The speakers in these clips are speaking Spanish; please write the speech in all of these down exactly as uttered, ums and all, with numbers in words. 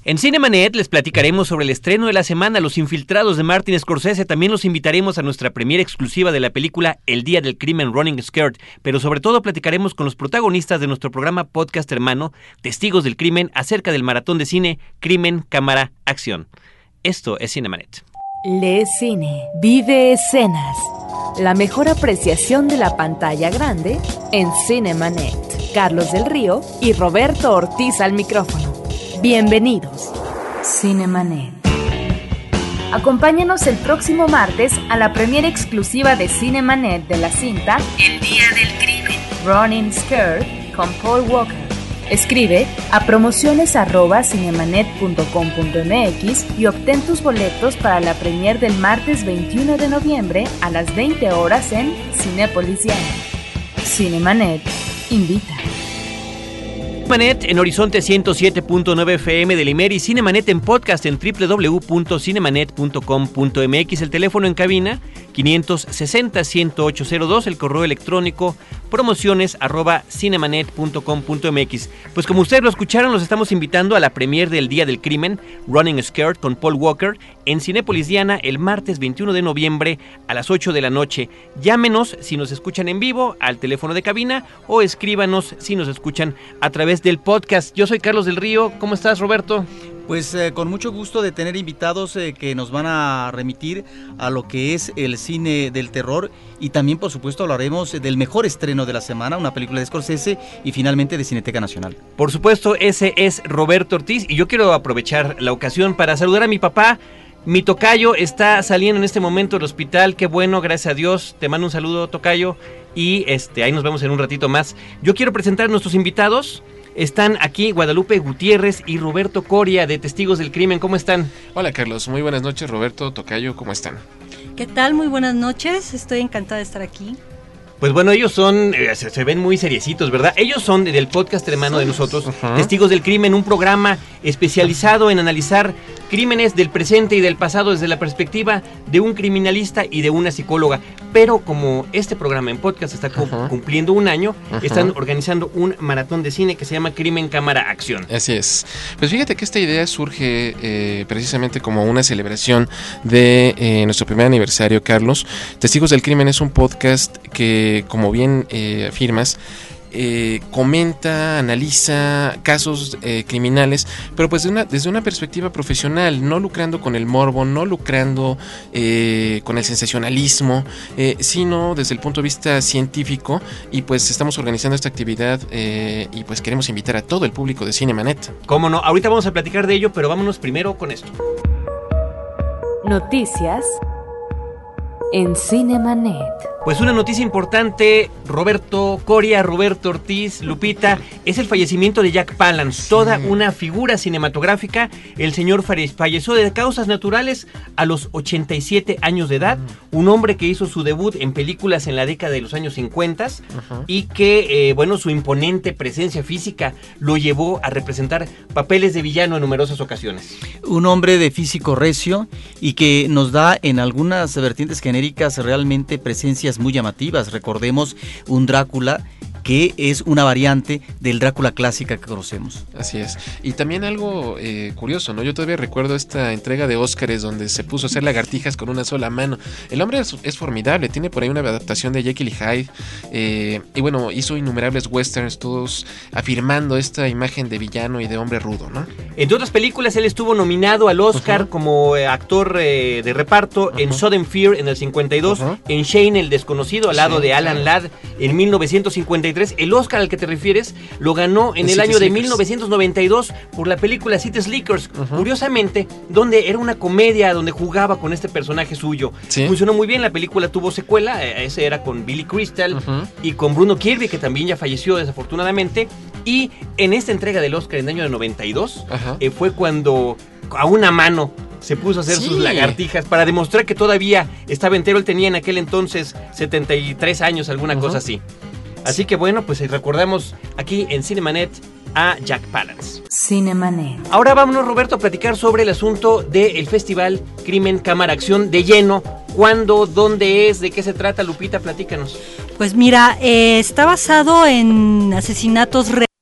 En Cinemanet les platicaremos sobre el estreno de la semana, Los Infiltrados de Martin Scorsese. También los invitaremos a nuestra premiere exclusiva de la película El Día del Crimen, Running Scared. Pero sobre todo platicaremos con los protagonistas de nuestro programa podcast hermano, Testigos del Crimen, acerca del maratón de cine Crimen, Cámara, Acción. Esto es Cinemanet. Lee cine, vive escenas. La mejor apreciación de la pantalla grande en Cinemanet. Carlos del Río y Roberto Ortiz al micrófono. Bienvenidos. Cinemanet. Acompáñanos el próximo martes a la premiere exclusiva de Cinemanet de la cinta El Día del Crimen, Running Scared con Paul Walker. Escribe a promociones arroba cinemanet punto com punto m x y obtén tus boletos para la premiere del martes veintiuno de noviembre a las veinte horas en Cinépolis Diana. Cinemanet invita. Cinemanet en Horizonte ciento siete punto nueve F M de Limer y Cinemanet en podcast en doble u doble u doble u punto cinemanet punto com punto m x, el teléfono en cabina quinientos sesenta, ciento ocho cero dos, el correo electrónico promociones arroba cinemanet punto com punto m x. Pues como ustedes lo escucharon, los estamos invitando a la premiere del Día del Crimen, Running Scared con Paul Walker, en Cinépolis Diana el martes veintiuno de noviembre a las ocho de la noche. Llámenos si nos escuchan en vivo al teléfono de cabina o escríbanos si nos escuchan a través del podcast. Yo soy Carlos del Río. ¿Cómo estás, Roberto? Pues eh, con mucho gusto de tener invitados eh, que nos van a remitir a lo que es el cine del terror y también, por supuesto, hablaremos del mejor estreno de la semana, una película de Scorsese y finalmente de Cineteca Nacional. Por supuesto, ese es Roberto Ortiz y yo quiero aprovechar la ocasión para saludar a mi papá. Mi tocayo está saliendo en este momento del hospital, qué bueno, gracias a Dios. Te mando un saludo, tocayo, y este, ahí nos vemos en un ratito más. Yo quiero presentar a nuestros invitados. Están aquí Guadalupe Gutiérrez y Roberto Coria de Testigos del Crimen. ¿Cómo están? Hola, Carlos, muy buenas noches. Roberto, tocayo, ¿cómo están? ¿Qué tal? Muy buenas noches, estoy encantada de estar aquí. Pues bueno, ellos son, eh, se, se ven muy seriecitos, ¿verdad? Ellos son del podcast hermano de nosotros, uh-huh. Testigos del Crimen, un programa especializado en analizar crímenes del presente y del pasado desde la perspectiva de un criminalista y de una psicóloga. Pero como este programa en podcast está uh-huh. cumpliendo un año, uh-huh. están organizando un maratón de cine que se llama Crimen, Cámara, Acción. Así es. Pues fíjate que esta idea surge eh, precisamente como una celebración de eh, nuestro primer aniversario, Carlos. Testigos del Crimen es un podcast que, como bien eh, afirmas, Eh, comenta, analiza casos eh, criminales, pero pues de una, desde una perspectiva profesional, no lucrando con el morbo, no lucrando eh, con el sensacionalismo, eh, sino desde el punto de vista científico. Y pues estamos organizando esta actividad eh, y pues queremos invitar a todo el público de Cinemanet. Cómo no, ahorita vamos a platicar de ello, pero vámonos primero con esto. Noticias en Cinemanet. Pues una noticia importante, Roberto Coria, Roberto Ortiz, Lupita, es el fallecimiento de Jack Palance, toda una figura cinematográfica. El señor falleció de causas naturales a los ochenta y siete años de edad, un hombre que hizo su debut en películas en la década de los años cincuenta uh-huh. y que, eh, bueno, su imponente presencia física lo llevó a representar papeles de villano en numerosas ocasiones. Un hombre de físico recio y que nos da en algunas vertientes genéricas realmente presencias muy llamativas. Recordemos un Drácula que es una variante del Drácula clásica que conocemos. Así es. Y también algo eh, curioso, ¿no? Yo todavía recuerdo esta entrega de Óscares donde se puso a hacer lagartijas con una sola mano. El hombre es, es formidable, tiene por ahí una adaptación de Jekyll y Hyde, eh, y bueno, hizo innumerables westerns, todos afirmando esta imagen de villano y de hombre rudo, ¿no? Entre otras películas, él estuvo nominado al Oscar uh-huh. como eh, actor eh, de reparto uh-huh. en Sudden Fear en el cincuenta y dos, uh-huh. en Shane el Desconocido al lado sí, de Alan claro. Ladd en mil novecientos cincuenta y tres. El Oscar al que te refieres lo ganó en el, el año de mil novecientos noventa y dos por la película City Slickers, uh-huh. curiosamente, donde era una comedia donde jugaba con este personaje suyo. ¿Sí? Funcionó muy bien, la película tuvo secuela, ese era con Billy Crystal uh-huh. y con Bruno Kirby, que también ya falleció desafortunadamente, y en esta entrega del Oscar en el año de noventa y dos uh-huh. eh, fue cuando a una mano se puso a hacer sí. sus lagartijas para demostrar que todavía estaba entero. Él tenía en aquel entonces setenta y tres años, alguna uh-huh. cosa así. Así que bueno, pues recordamos aquí en Cinemanet a Jack Palance. Cinemanet. Ahora vámonos, Roberto, a platicar sobre el asunto del Festival Crimen, Cámara, Acción de lleno. ¿Cuándo? ¿Dónde es? ¿De qué se trata? Lupita, platícanos. Pues mira, eh, está basado en asesinatos reales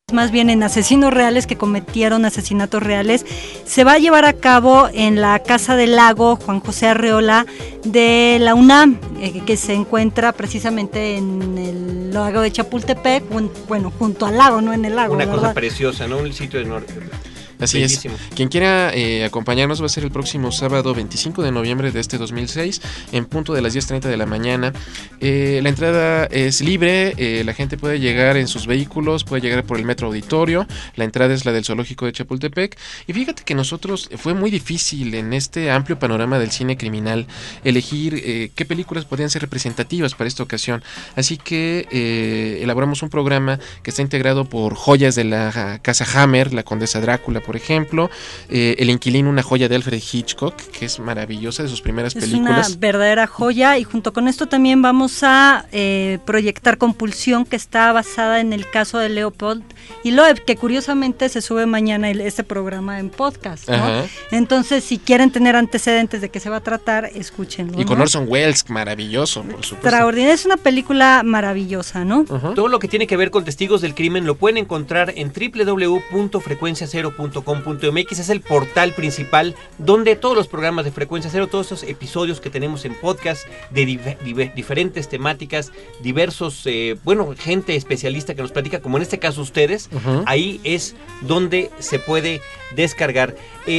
más bien en asesinos reales que cometieron asesinatos reales. Se va a llevar a cabo en la Casa del Lago Juan José Arreola de la UNAM, eh, que se encuentra precisamente en el lago de Chapultepec, bueno, junto al lago, no en el lago. Una ¿verdad? Cosa preciosa, ¿no? El sitio de norte. Así Bellísimo. Es. Quien quiera eh, acompañarnos va a ser el próximo sábado veinticinco de noviembre de este dos mil seis en punto de las diez treinta de la mañana. Eh, la entrada es libre, eh, la gente puede llegar en sus vehículos, puede llegar por el Metro Auditorio. La entrada es la del Zoológico de Chapultepec. Y fíjate que nosotros fue muy difícil en este amplio panorama del cine criminal elegir eh, qué películas podrían ser representativas para esta ocasión. Así que eh, elaboramos un programa que está integrado por joyas de la Casa Hammer, La Condesa Drácula, por ejemplo, eh, El Inquilino, una joya de Alfred Hitchcock, que es maravillosa, de sus primeras es películas. Es una verdadera joya, y junto con esto también vamos a eh, proyectar Compulsión, que está basada en el caso de Leopold y Loeb, que curiosamente se sube mañana el, este programa en podcast, ¿no? Ajá. Entonces, si quieren tener antecedentes de qué se va a tratar, escúchenlo. Y con ¿no? Orson Welles, maravilloso, por supuesto. Extraordinario, es una película maravillosa, ¿no? Uh-huh. Todo lo que tiene que ver con Testigos del Crimen lo pueden encontrar en doble u doble u doble u punto frecuencia cero punto com punto m x. Es el portal principal donde todos los programas de Frecuencia Cero, todos esos episodios que tenemos en podcast de div- div- diferentes temáticas, diversos, eh, bueno, gente especialista que nos platica, como en este caso ustedes, uh-huh. Ahí es donde se puede descargar.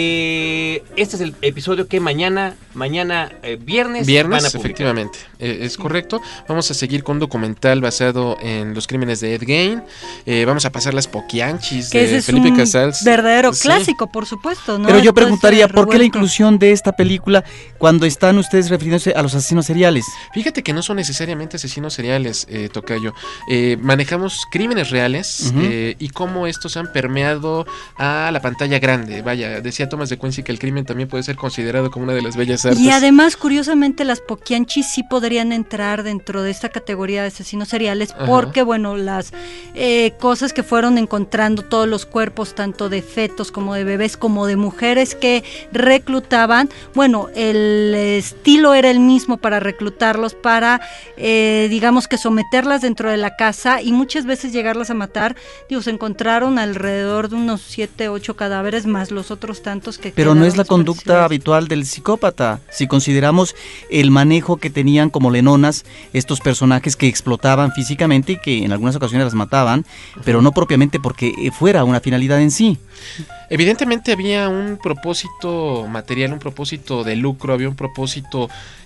Eh, este es el episodio que mañana, mañana eh, viernes, viernes, van a publicar. Efectivamente, eh, es correcto. Vamos a seguir con un documental basado en los crímenes de Ed Gein. Eh, vamos a pasar las Poquianchis que de es Felipe un Casals. Verdadero Sí. clásico, por supuesto, ¿no? Pero yo Entonces, preguntaría, ¿por qué la revuelto. inclusión de esta película cuando están ustedes refiriéndose a los asesinos seriales? Fíjate que no son necesariamente asesinos seriales, eh, Tocayo. Eh, manejamos crímenes reales, uh-huh. eh, y cómo estos han permeado a la pantalla grande. Vaya, decía Thomas de Quincey que el crimen también puede ser considerado como una de las bellas artes. Y además, curiosamente, las Poquianchis sí podrían entrar dentro de esta categoría de asesinos seriales, Ajá. porque, bueno, las eh, cosas que fueron encontrando, todos los cuerpos, tanto de fetos como de bebés, como de mujeres que reclutaban, bueno, el estilo era el mismo para reclutarlos, para, eh, digamos que someterlas dentro de la casa y muchas veces llegarlas a matar. Digo, se encontraron alrededor de unos siete, ocho cadáveres, más los otros tantos que Pero no es la quedaron conducta habitual del psicópata. Si consideramos el manejo que tenían como lenonas estos personajes que explotaban físicamente y que en algunas ocasiones las mataban, pero no propiamente porque fuera una finalidad en sí. Evidentemente había un propósito material, un propósito de lucro, había un propósito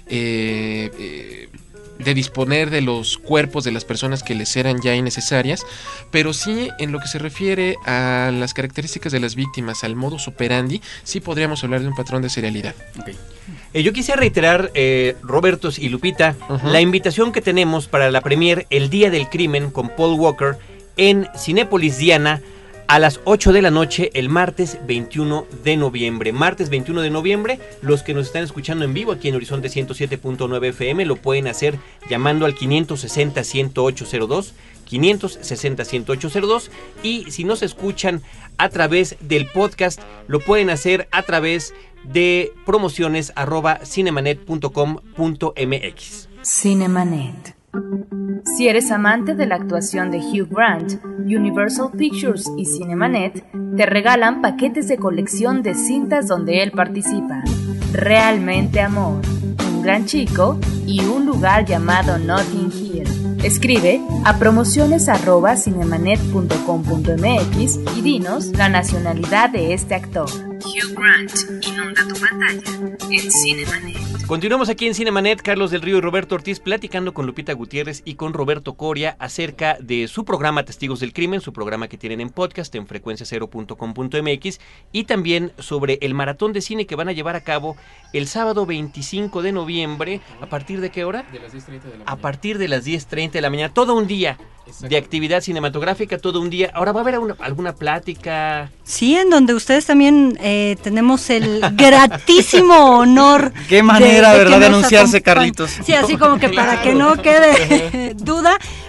eh, eh, de disponer de los cuerpos de las personas que les eran ya innecesarias, pero sí en lo que se refiere a las características de las víctimas, al modus operandi, sí podríamos hablar de un patrón de serialidad. Okay. Eh, yo quisiera reiterar, eh, Robertos y Lupita, uh-huh. la invitación que tenemos para la premier El Día del Crimen con Paul Walker en Cinépolis Diana a las ocho de la noche el martes veintiuno de noviembre. Martes veintiuno de noviembre, los que nos están escuchando en vivo aquí en Horizonte ciento siete punto nueve F M lo pueden hacer llamando al quinientos sesenta, ciento ocho cero dos, quinientos sesenta, ciento ocho cero dos, y si nos escuchan a través del podcast, lo pueden hacer a través de promociones arroba cinemanet punto com punto m x. Cinemanet. Si eres amante de la actuación de Hugh Grant, Universal Pictures y Cinemanet te regalan paquetes de colección de cintas donde él participa. Realmente Amor, Un Gran Chico y Un Lugar Llamado Notting Hill. Escribe a promociones arroba cinemanet punto com punto m x y dinos la nacionalidad de este actor. Hugh Grant inunda tu pantalla en Cinemanet. Continuamos aquí en Cinemanet, Carlos del Río y Roberto Ortiz platicando con Lupita Gutiérrez y con Roberto Coria acerca de su programa Testigos del Crimen, su programa que tienen en podcast en frecuencia cero punto com punto m x, y también sobre el maratón de cine que van a llevar a cabo el sábado veinticinco de noviembre. ¿A partir de qué hora? De las diez treinta de la mañana. A partir de las diez treinta de la mañana, todo un día de actividad cinematográfica, todo un día. Ahora va a haber una, alguna plática. Sí, en donde ustedes también eh, tenemos el gratísimo honor. Qué manera, de, de ¿verdad?, de anunciarse, acompañ- Carlitos. Sí, así como que para que no quede duda.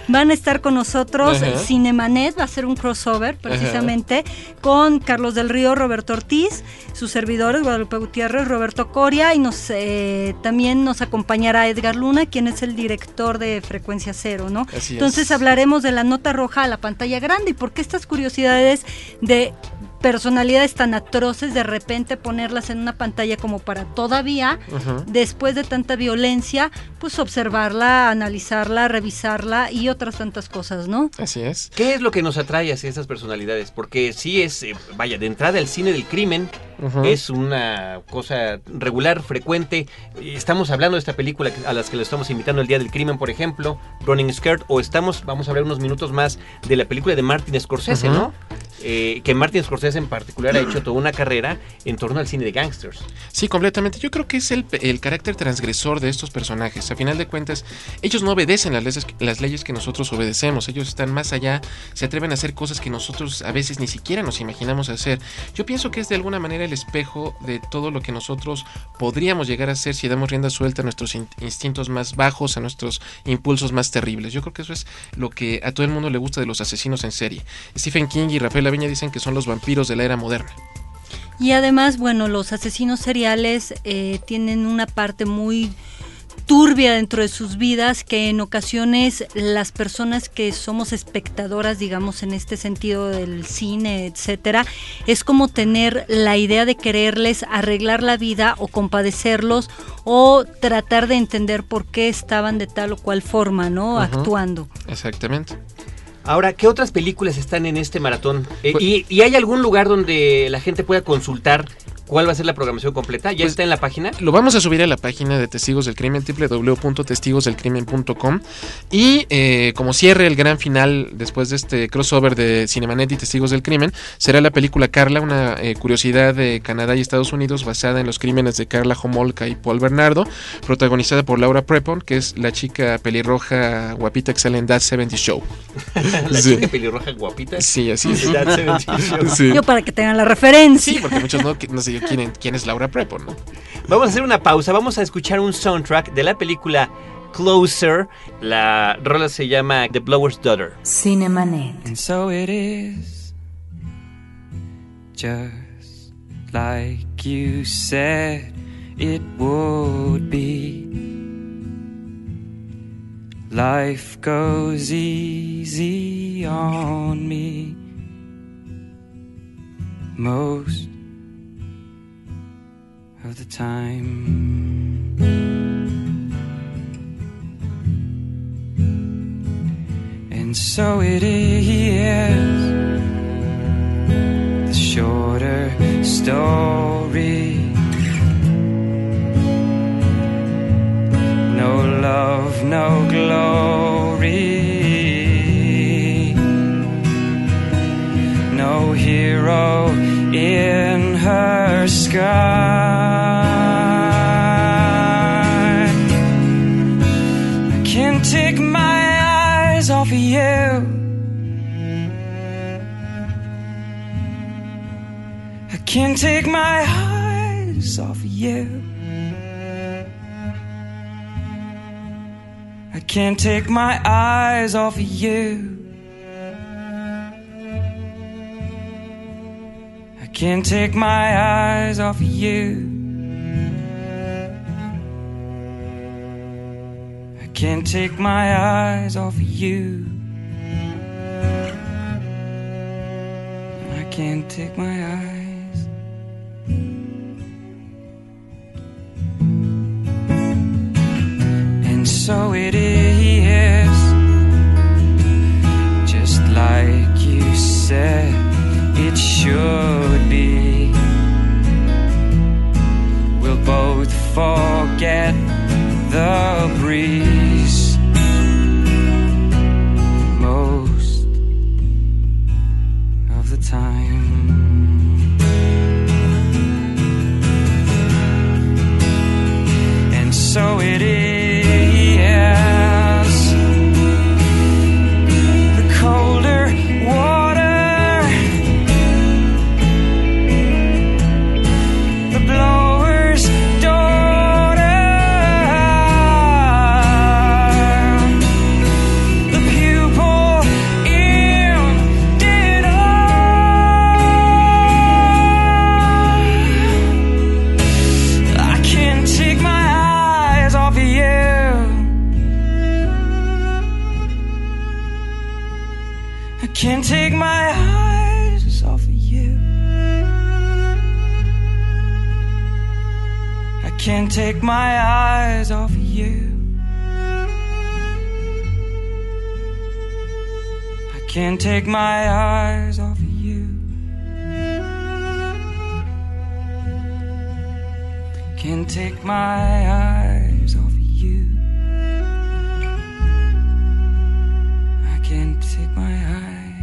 van a estar con nosotros. Ajá. Cinemanet va a ser un crossover precisamente Ajá. con Carlos del Río, Roberto Ortiz, sus servidores Guadalupe Gutiérrez, Roberto Coria, y nos eh, también nos acompañará Edgar Luna, quien es el director de Frecuencia Cero, ¿no? Así Entonces es. hablaremos de la nota roja a la pantalla grande y por qué estas curiosidades de personalidades tan atroces de repente ponerlas en una pantalla como para todavía, uh-huh. después de tanta violencia, pues observarla, analizarla, revisarla y otras tantas cosas, ¿no? Así es. ¿Qué es lo que nos atrae hacia esas personalidades? Porque sí es, eh, vaya, de entrada el cine del crimen uh-huh. es una cosa regular, frecuente. Estamos hablando de esta película a las que le estamos invitando el Día del Crimen, por ejemplo, Running Scared, o estamos, vamos a hablar unos minutos más de la película de Martin Scorsese, uh-huh. ¿no? Eh, que Martin Scorsese en particular ha hecho toda una carrera en torno al cine de gángsters. Sí, completamente. Yo creo que es el, el carácter transgresor de estos personajes. A final de cuentas, ellos no obedecen las leyes, las leyes que nosotros obedecemos. Ellos están más allá, se atreven a hacer cosas que nosotros a veces ni siquiera nos imaginamos hacer. Yo pienso que es de alguna manera el espejo de todo lo que nosotros podríamos llegar a hacer si damos rienda suelta a nuestros in- instintos más bajos, a nuestros impulsos más terribles. Yo creo que eso es lo que a todo el mundo le gusta de los asesinos en serie. Stephen King y Rafael Laviña dicen que son los vampiros de la era moderna. Y además, bueno, los asesinos seriales eh, tienen una parte muy turbia dentro de sus vidas, que en ocasiones las personas que somos espectadoras, digamos, en este sentido del cine, etcétera, es como tener la idea de quererles arreglar la vida o compadecerlos o tratar de entender por qué estaban de tal o cual forma, ¿no? Uh-huh. Actuando. Exactamente. Ahora, ¿qué otras películas están en este maratón? Eh, y, ¿Y hay algún lugar donde la gente pueda consultar cuál va a ser la programación completa? ¿Ya pues está en la página? Lo vamos a subir a la página de Testigos del Crimen, doble u doble u doble u punto testigos del crimen punto com. Y eh, como cierre, el gran final, después de este crossover de Cinemanet y Testigos del Crimen, será la película Carla, una eh, curiosidad de Canadá y Estados Unidos basada en los crímenes de Carla Homolka y Paul Bernardo, protagonizada por Laura Prepon, que es la chica pelirroja guapita que sale en That setenta Show. ¿La sí. chica pelirroja guapita? Sí, así es. That setenta Show. Sí. Yo para que tengan la referencia. Sí, porque muchos no, no sé quién, quién es Laura Prepon, ¿no? Vamos a hacer una pausa, vamos a escuchar un soundtrack de la película Closer. La rola se llama The Blower's Daughter. Cinemanet. And so it is, just like you said it would be. Life goes easy on me most of the time. And so it is, the shorter story. No love, no glory, no hero in her sky. I can't take my eyes off of you. I can't take my eyes off of you. I can't take my eyes off of you. I can't take my eyes off of you. I can't take my eyes off of you. I can't take my eyes. And so it is, just like you said it should be. We'll both forget the breeze most of the time. And so it is, the colder water, the blower's daughter. can't take my eyes off of you. I can't take my eyes off of you. I can't take my eyes off of you. Can't take my eyes off of you. I can't take my eyes.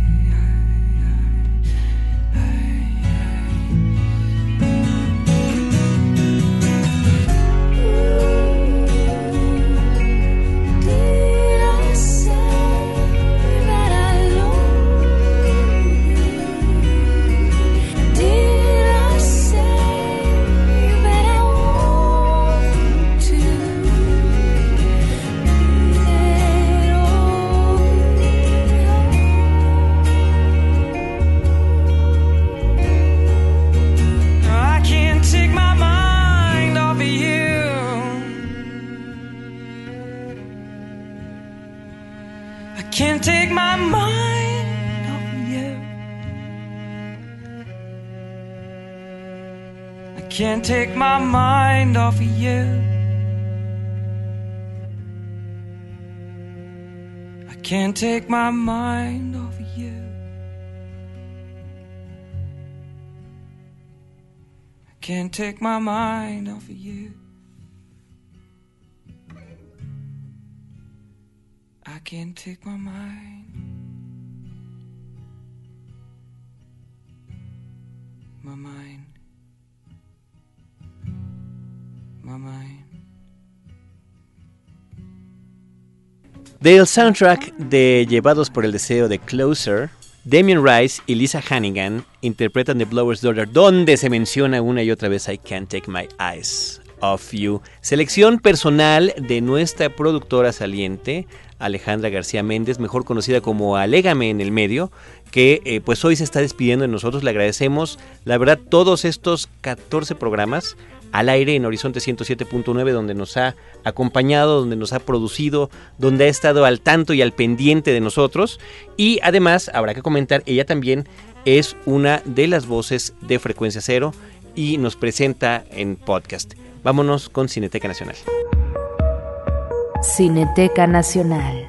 Can't take my mind off of you. I can't take my mind off of you. I can't take my mind off of you. I can't take my mind off of you. I can't take my mind, my mind, my mind. Del soundtrack de Llevados por el Deseo de Closer, Damien Rice y Lisa Hannigan interpretan The Blower's Daughter, donde se menciona una y otra vez I Can't Take My Eyes Off You. Selección personal de nuestra productora saliente, Alejandra García Méndez, mejor conocida como Alégame en el medio, que eh, pues hoy se está despidiendo de nosotros. Le agradecemos, la verdad, todos estos catorce programas al aire en Horizonte ciento siete punto nueve, donde nos ha acompañado, donde nos ha producido, donde ha estado al tanto y al pendiente de nosotros. Y además, habrá que comentar, ella también es una de las voces de Frecuencia Cero y nos presenta en podcast. Vámonos con Cineteca Nacional. Cineteca Nacional.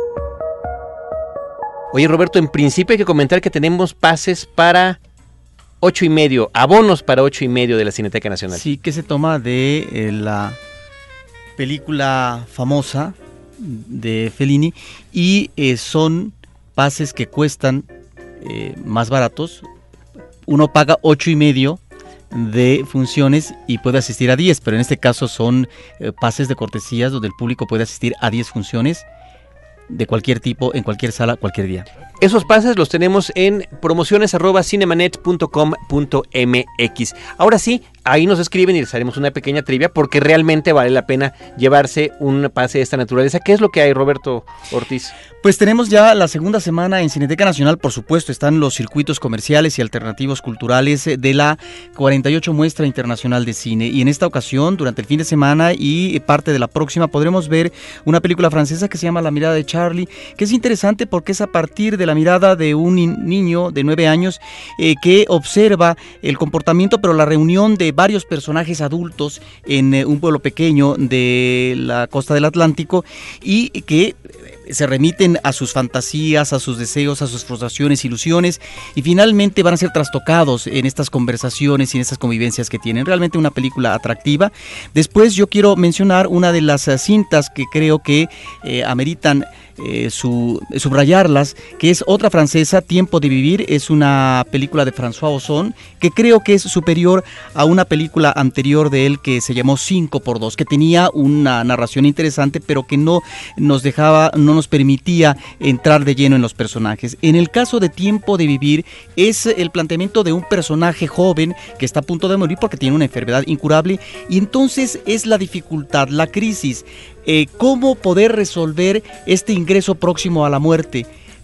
Oye, Roberto, en principio hay que comentar que tenemos pases para ocho y medio, abonos para ocho y medio de la Cineteca Nacional. Sí, que se toma de eh, la película famosa de Fellini y eh, son pases que cuestan eh, más baratos. Uno paga ocho y medio de funciones y puede asistir a diez, pero en este caso son eh, pases de cortesías donde el público puede asistir a diez funciones de cualquier tipo, en cualquier sala, cualquier día. Esos pases los tenemos en promociones arroba cinemanet punto com punto m x. Ahora sí, ahí nos escriben y les haremos una pequeña trivia porque realmente vale la pena llevarse un pase de esta naturaleza. ¿Qué es lo que hay, Roberto Ortiz? Pues tenemos ya la segunda semana en Cineteca Nacional, por supuesto, están los circuitos comerciales y alternativos culturales de la cuarenta y ocho Muestra Internacional de Cine. Y en esta ocasión, durante el fin de semana y parte de la próxima, podremos ver una película francesa que se llama La Mirada de Charlie, que es interesante porque es a partir de la mirada de un niño de nueve años eh, que observa el comportamiento, pero la reunión de varios personajes adultos en eh, un pueblo pequeño de la costa del Atlántico y que se remiten a sus fantasías, a sus deseos, a sus frustraciones, ilusiones y finalmente van a ser trastocados en estas conversaciones y en estas convivencias que tienen. Realmente una película atractiva. Después yo quiero mencionar una de las uh, cintas que creo que eh, ameritan Eh, su, subrayarlas, que es otra francesa, Tiempo de Vivir. Es una película de François Ozon que creo que es superior a una película anterior de él que se llamó cinco por dos, que tenía una narración interesante pero que no nos dejaba, no nos permitía entrar de lleno en los personajes. En el caso de Tiempo de Vivir es el planteamiento de un personaje joven que está a punto de morir porque tiene una enfermedad incurable y entonces es la dificultad, la crisis, Eh, cómo poder resolver este ingreso próximo a la muerte.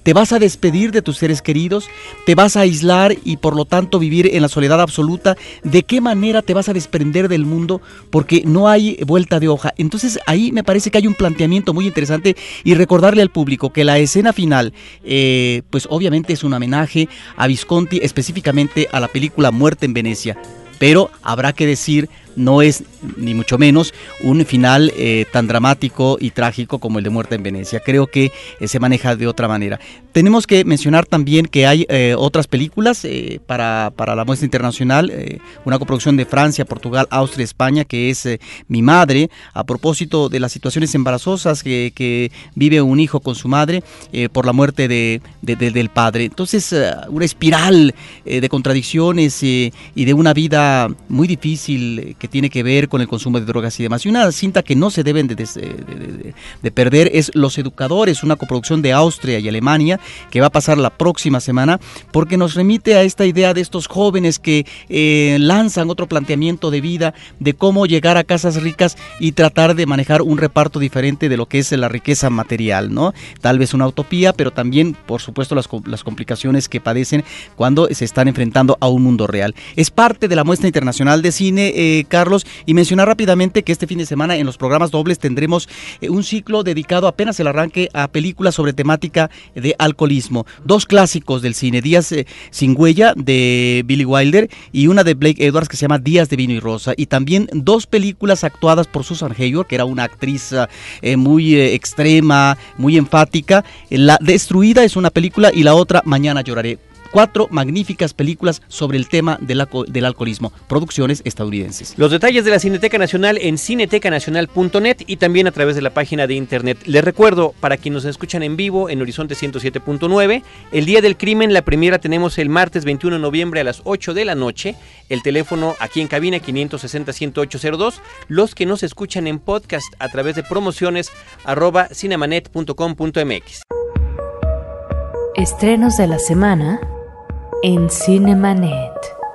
te vas a despedir de tus seres queridos, te vas a aislar y por lo tanto vivir en la soledad absoluta. ¿De qué manera te vas a desprender del mundo? Porque no hay vuelta de hoja. Entonces ahí me parece que hay un planteamiento muy interesante y recordarle al público que la escena final, eh, pues obviamente es un homenaje a Visconti, específicamente a la película Muerte en Venecia. Pero habrá que decir, no es ni mucho menos un final eh, tan dramático y trágico como el de Muerte en Venecia. Creo que eh, se maneja de otra manera. Tenemos que mencionar también que hay eh, otras películas eh, para, para la muestra internacional, eh, una coproducción de Francia, Portugal, Austria, España, que es eh, Mi Madre, a propósito de las situaciones embarazosas que, que vive un hijo con su madre eh, por la muerte de, de, de, del padre. Entonces, eh, una espiral eh, de contradicciones eh, y de una vida muy difícil eh, que tiene que ver con el consumo de drogas y demás. Y una cinta que no se deben de, de, de, de perder es Los Educadores, una coproducción de Austria y Alemania, que va a pasar la próxima semana, porque nos remite a esta idea de estos jóvenes que eh, lanzan otro planteamiento de vida, de cómo llegar a casas ricas y tratar de manejar un reparto diferente de lo que es la riqueza material, ¿no? Tal vez una utopía, pero también, por supuesto, las, las complicaciones que padecen cuando se están enfrentando a un mundo real. Es parte de la muestra internacional de cine, eh, Carlos, y mencionar rápidamente que este fin de semana en los programas dobles tendremos eh, un ciclo dedicado, apenas el arranque, a películas sobre temática de alcoholismo. Dos clásicos del cine, Días eh, sin huella de Billy Wilder y una de Blake Edwards que se llama Días de vino y rosa, y también dos películas actuadas por Susan Hayward, que era una actriz eh, muy eh, extrema, muy enfática. La Destruida es una película y la otra Mañana lloraré. Cuatro magníficas películas sobre el tema del, del alcoholismo, producciones estadounidenses. Los detalles de la Cineteca Nacional en cineteca nacional punto net y también a través de la página de internet. Les recuerdo, para quienes nos escuchan en vivo en Horizonte ciento siete punto nueve, el Día del Crimen, la primera tenemos el martes veintiuno de noviembre a las ocho de la noche. El teléfono aquí en cabina quinientos sesenta, ciento ocho cero dos. Los que nos escuchan en podcast a través de promociones arroba cinemanet punto com punto mx. Estrenos de la semana en Cinemanet.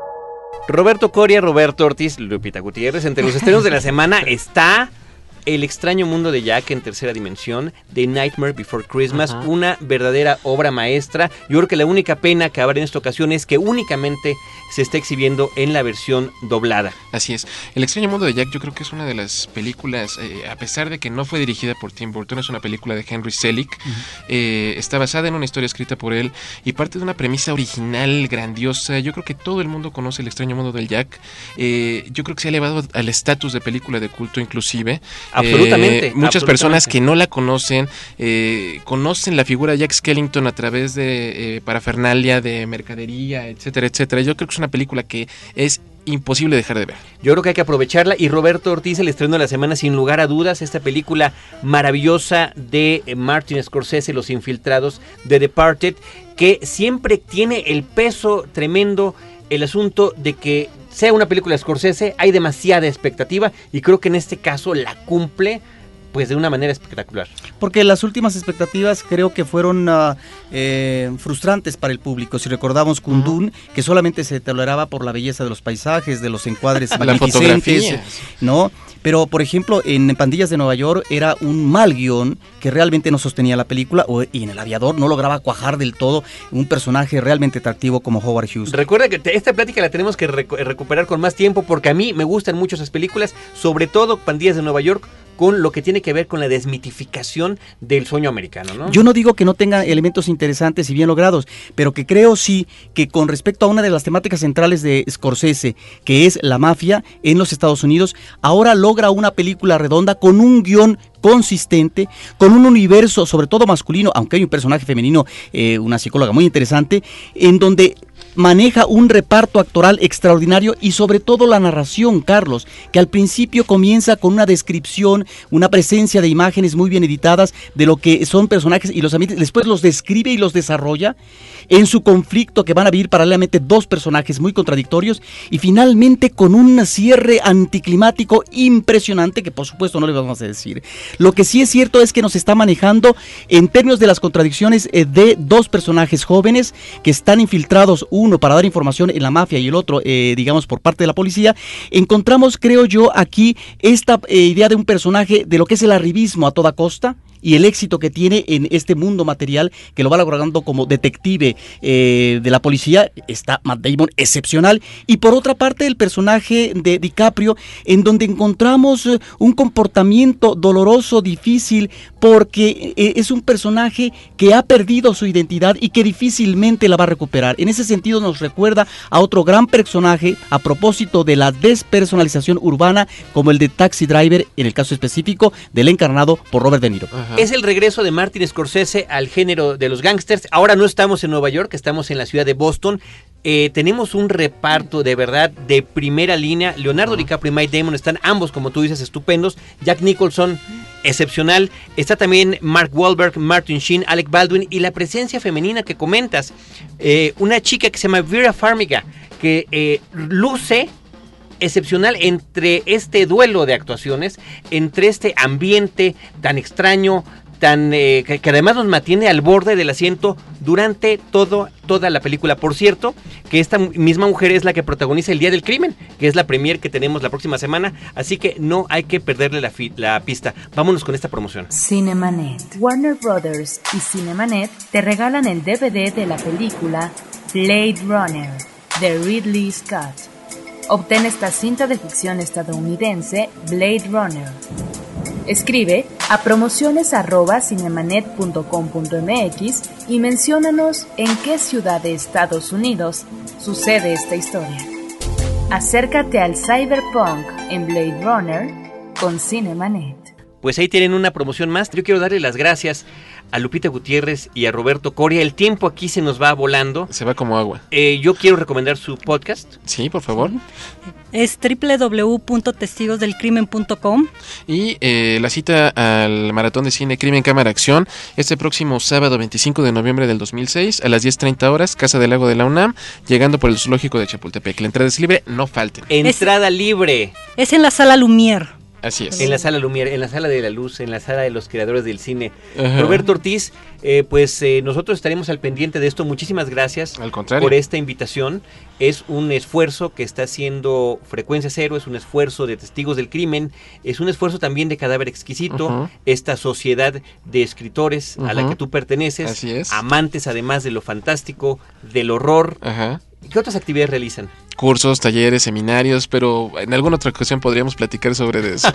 Roberto Coria, Roberto Ortiz, Lupita Gutiérrez. Entre los estrenos de la semana está El extraño mundo de Jack en tercera dimensión, The Nightmare Before Christmas, Ajá. una verdadera obra maestra. Yo creo que la única pena que habrá en esta ocasión es que únicamente se está exhibiendo en la versión doblada. Así es. El extraño mundo de Jack yo creo que es una de las películas, eh, a pesar de que no fue dirigida por Tim Burton, es una película de Henry Selick, uh-huh. eh, está basada en una historia escrita por él y parte de una premisa original, grandiosa. Yo creo que todo el mundo conoce El extraño mundo del Jack. Eh, yo creo que se ha elevado al estatus de película de culto inclusive. Absolutamente. Eh, muchas absolutamente. personas que no la conocen, eh, conocen la figura de Jack Skellington a través de eh, parafernalia, de mercadería, etcétera, etcétera. Yo creo que es una película que es imposible dejar de ver. Yo creo que hay que aprovecharla. Y Roberto Ortiz, el estreno de la semana, sin lugar a dudas, esta película maravillosa de Martin Scorsese, Los Infiltrados, The Departed, que siempre tiene el peso tremendo el asunto de que sea una película de Scorsese, hay demasiada expectativa y creo que en este caso la cumple pues de una manera espectacular. Porque las últimas expectativas creo que fueron uh, eh, frustrantes para el público. Si recordamos Kundun, uh-huh. que solamente se toleraba por la belleza de los paisajes, de los encuadres magnificentes, ¿no? Pero, por ejemplo, en Pandillas de Nueva York era un mal guión que realmente no sostenía la película, o, y en El Aviador no lograba cuajar del todo un personaje realmente atractivo como Howard Hughes. Recuerda que esta plática la tenemos que recu- recuperar con más tiempo, porque a mí me gustan mucho esas películas, sobre todo Pandillas de Nueva York, con lo que tiene que ver con la desmitificación del sueño americano, ¿no? Yo no digo que no tenga elementos interesantes y bien logrados, pero que creo sí que con respecto a una de las temáticas centrales de Scorsese, que es la mafia en los Estados Unidos, ahora logra una película redonda con un guión consistente, con un universo sobre todo masculino, aunque hay un personaje femenino, eh, una psicóloga muy interesante, en donde maneja un reparto actoral extraordinario y sobre todo la narración, Carlos, que al principio comienza con una descripción, una presencia de imágenes muy bien editadas de lo que son personajes y los ambientes, después los describe y los desarrolla en su conflicto que van a vivir paralelamente dos personajes muy contradictorios y finalmente con un cierre anticlimático impresionante que por supuesto no le vamos a decir. Lo que sí es cierto es que nos está manejando en términos de las contradicciones eh, de dos personajes jóvenes que están infiltrados, uno para dar información en la mafia y el otro, eh, digamos, por parte de la policía. Encontramos, creo yo, aquí esta eh, idea de un personaje de lo que es el arribismo a toda costa, y el éxito que tiene en este mundo material, que lo va logrando como detective eh, de la policía. Está Matt Damon excepcional, y por otra parte el personaje de DiCaprio, en donde encontramos eh, un comportamiento doloroso, difícil, porque eh, es un personaje que ha perdido su identidad y que difícilmente la va a recuperar. En ese sentido nos recuerda a otro gran personaje a propósito de la despersonalización urbana, como el de Taxi Driver, en el caso específico del encarnado por Robert De Niro. Ajá. Es el regreso de Martin Scorsese al género de los gángsters. Ahora no estamos en Nueva York, estamos en la ciudad de Boston. Eh, tenemos un reparto de verdad de primera línea. Leonardo uh-huh. DiCaprio y Matt Damon están ambos, como tú dices, estupendos. Jack Nicholson, excepcional. Está también Mark Wahlberg, Martin Sheen, Alec Baldwin, y la presencia femenina que comentas. Eh, una chica que se llama Vera Farmiga, que eh, luce excepcional entre este duelo de actuaciones, entre este ambiente tan extraño, tan eh, que, que además nos mantiene al borde del asiento durante todo, toda la película. Por cierto, que esta misma mujer es la que protagoniza El Día del Crimen, que es la premier que tenemos la próxima semana, así que no hay que perderle la, fi- la pista. Vámonos con esta promoción. Cinemanet. Warner Brothers y Cinemanet te regalan el D V D de la película Blade Runner de Ridley Scott. Obtén esta cinta de ficción estadounidense Blade Runner. Escribe a promociones arroba cinemanet punto com punto mx y menciónanos en qué ciudad de Estados Unidos sucede esta historia. Acércate al cyberpunk en Blade Runner con Cinemanet. Pues ahí tienen una promoción más. Yo quiero darle las gracias a Lupita Gutiérrez y a Roberto Coria. El tiempo aquí se nos va volando. Se va como agua. Eh, yo quiero recomendar su podcast. Sí, por favor. Es doble u doble u doble u punto testigos del crimen punto com. Y eh, la cita al Maratón de Cine Crimen Cámara Acción este próximo sábado veinticinco de noviembre del dos mil seis a las diez treinta horas, Casa del Lago de la UNAM, llegando por el Zoológico de Chapultepec. La entrada es libre, no falten. Entrada es, libre. Es en la Sala Lumière. Así es. En la Sala Lumière, en la Sala de la Luz, en la Sala de los Creadores del Cine. Ajá. Roberto Ortiz, eh, pues eh, nosotros estaremos al pendiente de esto. Muchísimas gracias al contrario por esta invitación. Es un esfuerzo que está haciendo Frecuencia Cero, es un esfuerzo de Testigos del Crimen, es un esfuerzo también de Cadáver Exquisito, uh-huh. esta sociedad de escritores uh-huh. a la que tú perteneces. Así es. Amantes además de lo fantástico, del horror. Ajá. ¿Qué otras actividades realizan? Cursos, talleres, seminarios, pero en alguna otra ocasión podríamos platicar sobre eso.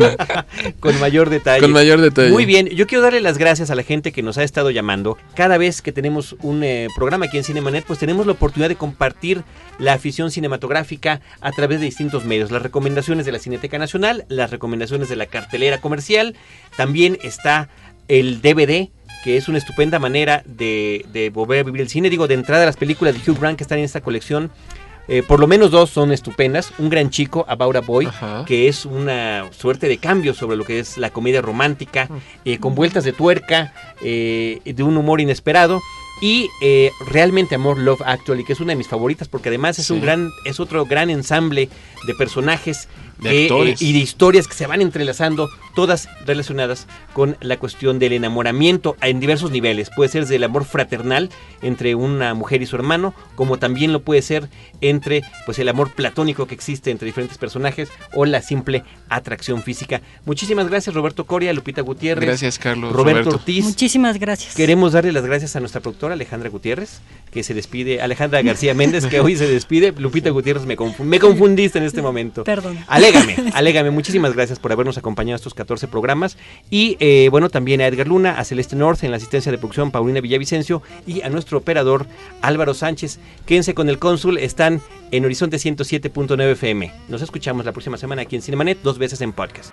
Con mayor detalle. Con mayor detalle. Muy bien, yo quiero darle las gracias a la gente que nos ha estado llamando. Cada vez que tenemos un eh, programa aquí en Cinemanet, pues tenemos la oportunidad de compartir la afición cinematográfica a través de distintos medios. Las recomendaciones de la Cineteca Nacional, las recomendaciones de la cartelera comercial, también está el D V D, que es una estupenda manera de, de volver a vivir el cine. Digo, de entrada, las películas de Hugh Grant que están en esta colección, eh, por lo menos dos son estupendas. Un gran chico, About a Boy, Ajá. que es una suerte de cambio sobre lo que es la comedia romántica, eh, con vueltas de tuerca, eh, de un humor inesperado. Y eh, realmente Amor, Love Actually, que es una de mis favoritas, porque además es sí. un gran, es otro gran ensamble de personajes de eh, y de historias que se van entrelazando, todas relacionadas con la cuestión del enamoramiento en diversos niveles. Puede ser del amor fraternal entre una mujer y su hermano, como también lo puede ser entre pues el amor platónico que existe entre diferentes personajes o la simple atracción física. Muchísimas gracias, Roberto Coria, Lupita Gutiérrez. Gracias, Carlos. Roberto, Roberto Ortiz. Muchísimas gracias. Queremos darle las gracias a nuestra productora Alejandra Gutiérrez, que se despide, Alejandra García Méndez, que hoy se despide. Lupita Gutiérrez, me, confu- me confundiste en este momento. Perdón. Alégame, alégame. Muchísimas gracias por habernos acompañado estos catorce programas. Y eh, bueno, también a Edgar Luna, a Celeste North en la asistencia de producción, Paulina Villavicencio, y a nuestro operador Álvaro Sánchez. Quédense con el cónsul, están en Horizonte ciento siete punto nueve F M. Nos escuchamos la próxima semana aquí en Cinemanet, dos veces en podcast.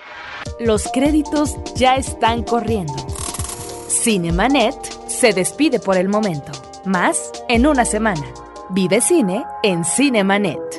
Los créditos ya están corriendo. Cinemanet se despide por el momento. Más en una semana. Vive cine en Cinemanet.